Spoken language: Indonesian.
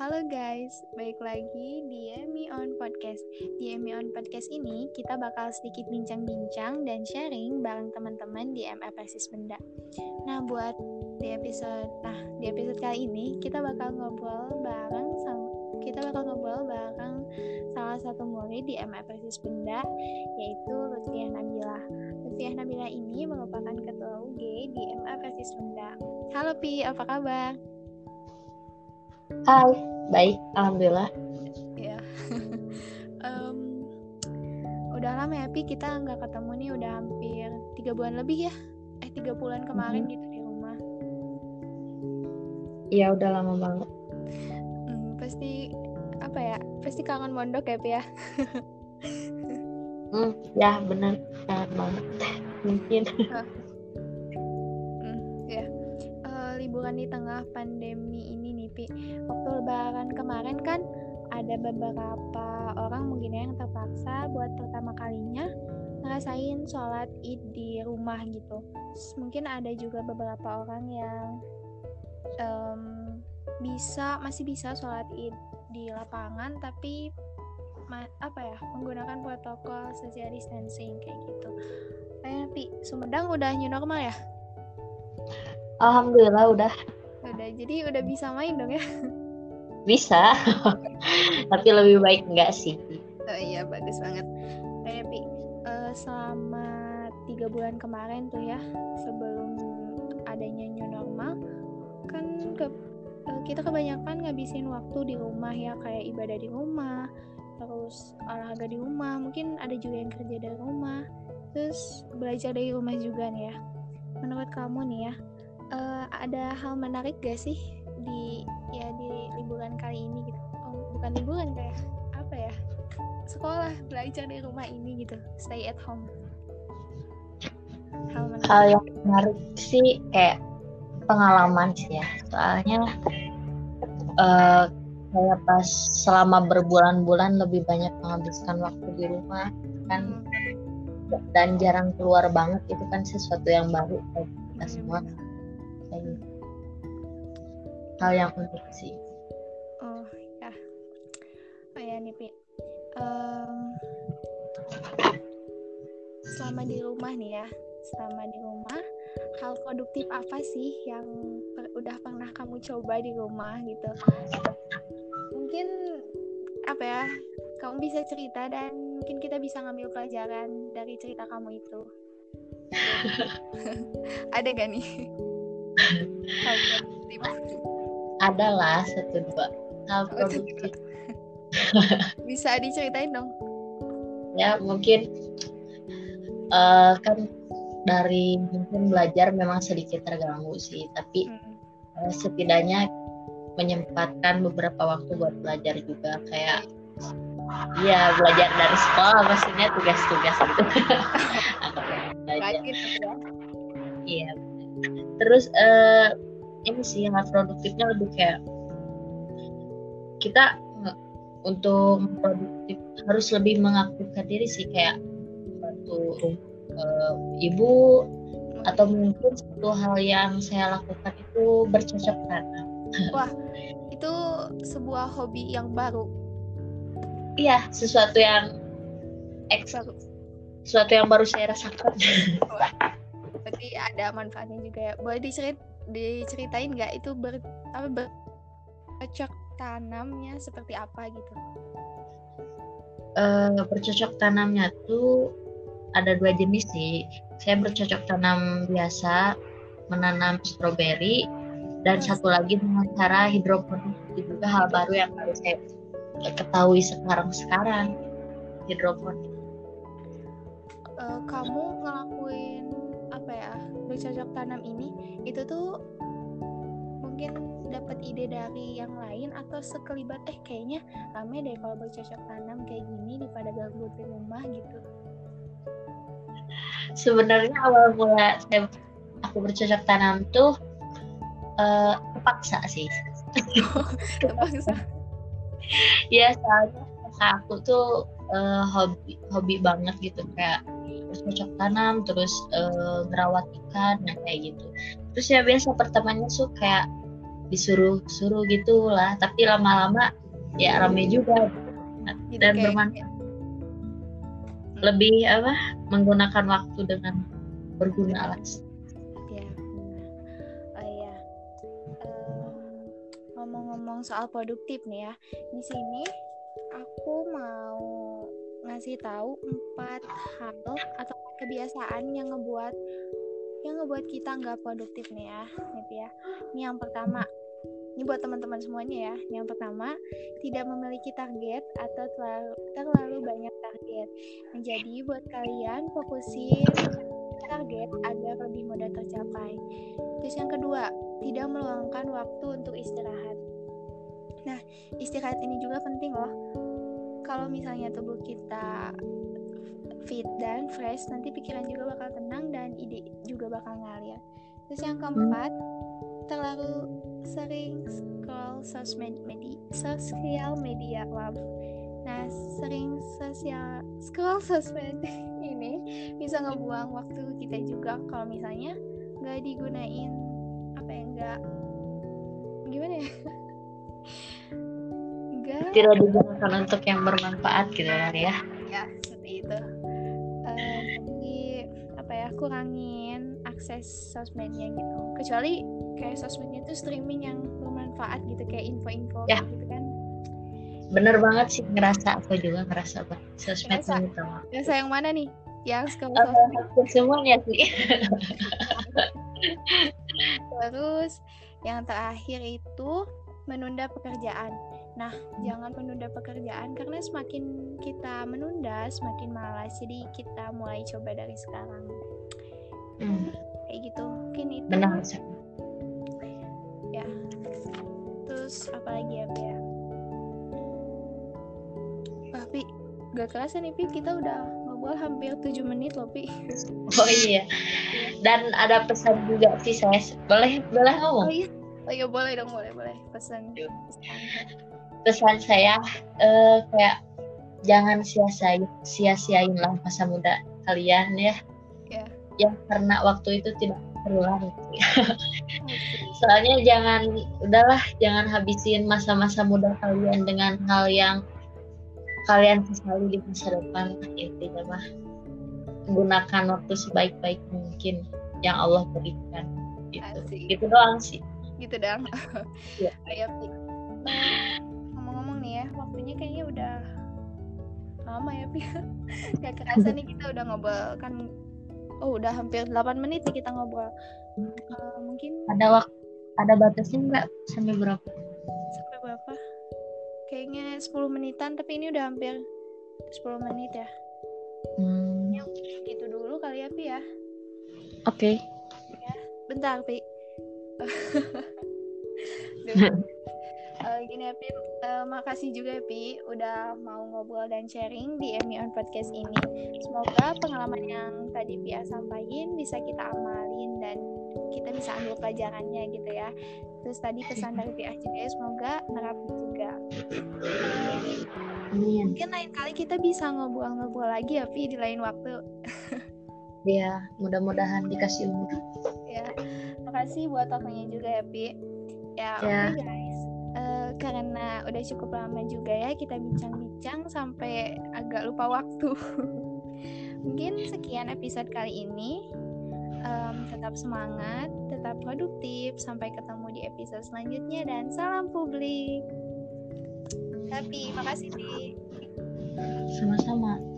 Halo guys, balik lagi di Emi On Podcast. Di Emi On Podcast ini kita bakal sedikit bincang-bincang dan sharing bareng teman-teman di MF Persis Benda. Nah, di episode kali ini kita bakal ngobrol bareng salah satu murid di MF Persis Benda, yaitu Lutfiah Nabila. Lutfiah Nabila ini merupakan ketua UG di MF Persis Benda. Halo Pi, apa kabar? Hai, baik, alhamdulillah. Ya, udah lama ya Pi, kita nggak ketemu nih, udah hampir 3 bulan lebih ya, 3 bulan kemarin gitu di rumah. Iya, udah lama banget. Pasti kangen mondok ya Pi ya. Ya benar, kangen banget. Mungkin. Liburan di tengah pandemi ini nih Pi, waktu lebaran kemarin kan ada beberapa orang mungkin yang terpaksa buat pertama kalinya ngerasain sholat id di rumah gitu. Mungkin ada juga beberapa orang yang masih bisa sholat id di lapangan tapi menggunakan protokol social distancing kayak gitu. Pi, Sumedang udah new normal ya? Alhamdulillah udah, jadi udah bisa main dong ya? Bisa, tapi lebih baik enggak sih. Oh iya, bagus banget. Pi, selama 3 bulan kemarin tuh ya, sebelum adanya new normal, kan kita kebanyakan ngabisin waktu di rumah ya, kayak ibadah di rumah, terus olahraga di rumah, mungkin ada juga yang kerja dari rumah, terus belajar dari rumah juga nih ya. Menurut kamu nih ya, ada hal menarik gak sih di liburan kali ini gitu? Bukan liburan, kayak sekolah belajar di rumah ini gitu, stay at home. Hal yang menarik sih kayak pengalaman sih ya, soalnya kayak pas selama berbulan-bulan lebih banyak menghabiskan waktu di rumah kan, dan jarang keluar banget, itu kan sesuatu yang baru buat kita semua. Hal yang unik sih. Oh ya nih Pi, selama di rumah hal produktif apa sih yang udah pernah kamu coba di rumah gitu? Mungkin kamu bisa cerita dan mungkin kita bisa ngambil pelajaran dari cerita kamu itu. Ada gak nih? Ada lah 1-2 hal produktif. Bisa diceritain dong? Ya mungkin kan dari mungkin belajar memang sedikit terganggu sih, tapi setidaknya menyempatkan beberapa waktu buat belajar juga, kayak ya belajar dari sekolah, maksudnya tugas-tugas gitu. Iya. Terus ini sih hal produktifnya lebih kayak kita untuk produktif harus lebih mengaktifkan diri sih, kayak bantu ibu, atau mungkin satu hal yang saya lakukan itu bercocok tanam. Wah, itu sebuah hobi yang baru. Iya, sesuatu yang baru saya rasakan. Wah, berarti ada manfaatnya juga ya. Boleh diceritain nggak itu bercocok tanamnya seperti apa gitu? Bercocok tanamnya tuh ada 2 jenis sih. Saya bercocok tanam biasa, menanam stroberi, dan satu lagi dengan cara hidroponik. Itu juga hal baru yang baru saya ketahui sekarang hidroponik. Kamu ngelakuin bercocok tanam ini, itu tuh mungkin dapat ide dari yang lain atau sekelibat kayaknya rame deh kalau bercocok tanam kayak gini daripada gabut di rumah gitu? Sebenarnya awal mula aku bercocok tanam tuh terpaksa sih. Terpaksa. Ya, soalnya aku tuh hobi banget gitu, kayak bercocok tanam, terus ngerawat ikan, kayak gitu. Terus ya biasa pertamanya tuh kayak disuruh gitulah, tapi lama-lama ya rame juga Jadi dan kayak bermanfaat, lebih menggunakan waktu dengan berguna lah. ya. Oh iya. Ngomong-ngomong soal produktif nih ya, di sini aku mau ngasih tahu 4 hal atau kebiasaan yang ngebuat kita nggak produktif nih ya. Ini yang pertama. Ini buat teman-teman semuanya ya. Yang pertama, tidak memiliki target atau terlalu banyak target. Jadi buat kalian fokusin target agar lebih mudah tercapai. Terus yang kedua, tidak meluangkan waktu untuk istirahat. Nah, istirahat ini juga penting loh. Kalau misalnya tubuh kita fit dan fresh, nanti pikiran juga bakal tenang dan ide juga bakal ngalir. Terus yang keempat, terlalu sering scroll sosial media love. Nah, sering scroll sosmed ini bisa ngebuang waktu kita juga kalau misalnya nggak digunain nggak gimana ya nggak Tidak digunakan untuk yang bermanfaat gitu kan ya. Ya seperti itu. Jadi kurangin akses sosmednya gitu, kecuali kayak sosmednya tuh streaming yang bermanfaat gitu, kayak info-info Ya. gitu kan. Bener banget sih, aku juga ngerasa banget sosmed gitu. Ngerasa yang mana nih? Yang scroll sosmed? Semuanya sih. Terus yang terakhir itu menunda pekerjaan. Nah, jangan menunda pekerjaan karena semakin kita menunda semakin malas. Jadi kita mulai coba dari sekarang. Kayak gitu. Mungkin itu. Benar. Ya. Terus apa lagi ya, Pi? Wah, Pi, gak kerasa nih, Pi, kita udah ngobrol hampir 7 menit loh, Pi. Oh iya. Dan ada pesan juga sih, saya boleh ngomong? Oh iya, boleh dong, boleh. Pesan. Pesan saya kayak jangan sia-siain lah masa muda kalian ya. Yang karena waktu itu tidak terulang. Soalnya jangan habisin masa-masa muda kalian dengan hal yang kalian sesali di masa depan. Intinya mah gunakan waktu sebaik-baik mungkin yang Allah berikan gitu doang sih. Gitu dong. Ya. Ayo, ngomong-ngomong nih ya, waktunya kayaknya udah lama ya, Pi. Gak kerasa nih kita udah ngobrol kan. Udah hampir 8 menit nih kita ngobrol. Mungkin ada batasnya nggak sampai berapa? Kayaknya 10 menitan, tapi ini udah hampir 10 menit ya. Ya, gitu dulu kali ya, Pi ya. Oke. Ya, bentar, Pi. Gini ya, Pi, makasih juga ya, Pi, udah mau ngobrol dan sharing di Emi On Podcast ini. Semoga pengalaman yang tadi Pia sampaikan bisa kita amalin dan kita bisa ambil pelajarannya gitu ya. Terus tadi pesan dari Pia juga, semoga nerapin juga. Mungkin lain kali kita bisa ngobrol-ngobrol lagi ya, Pi, di lain waktu. Ya, mudah-mudahan dikasih umur. Ya, makasih buat waktunya juga ya, Pi. Ya. Oke, guys. Karena udah cukup lama juga ya kita bincang-bincang sampai agak lupa waktu. Mungkin sekian episode kali ini. Tetap semangat, tetap produktif. Sampai ketemu di episode selanjutnya dan salam publik. Makasih, Pi. Sama-sama.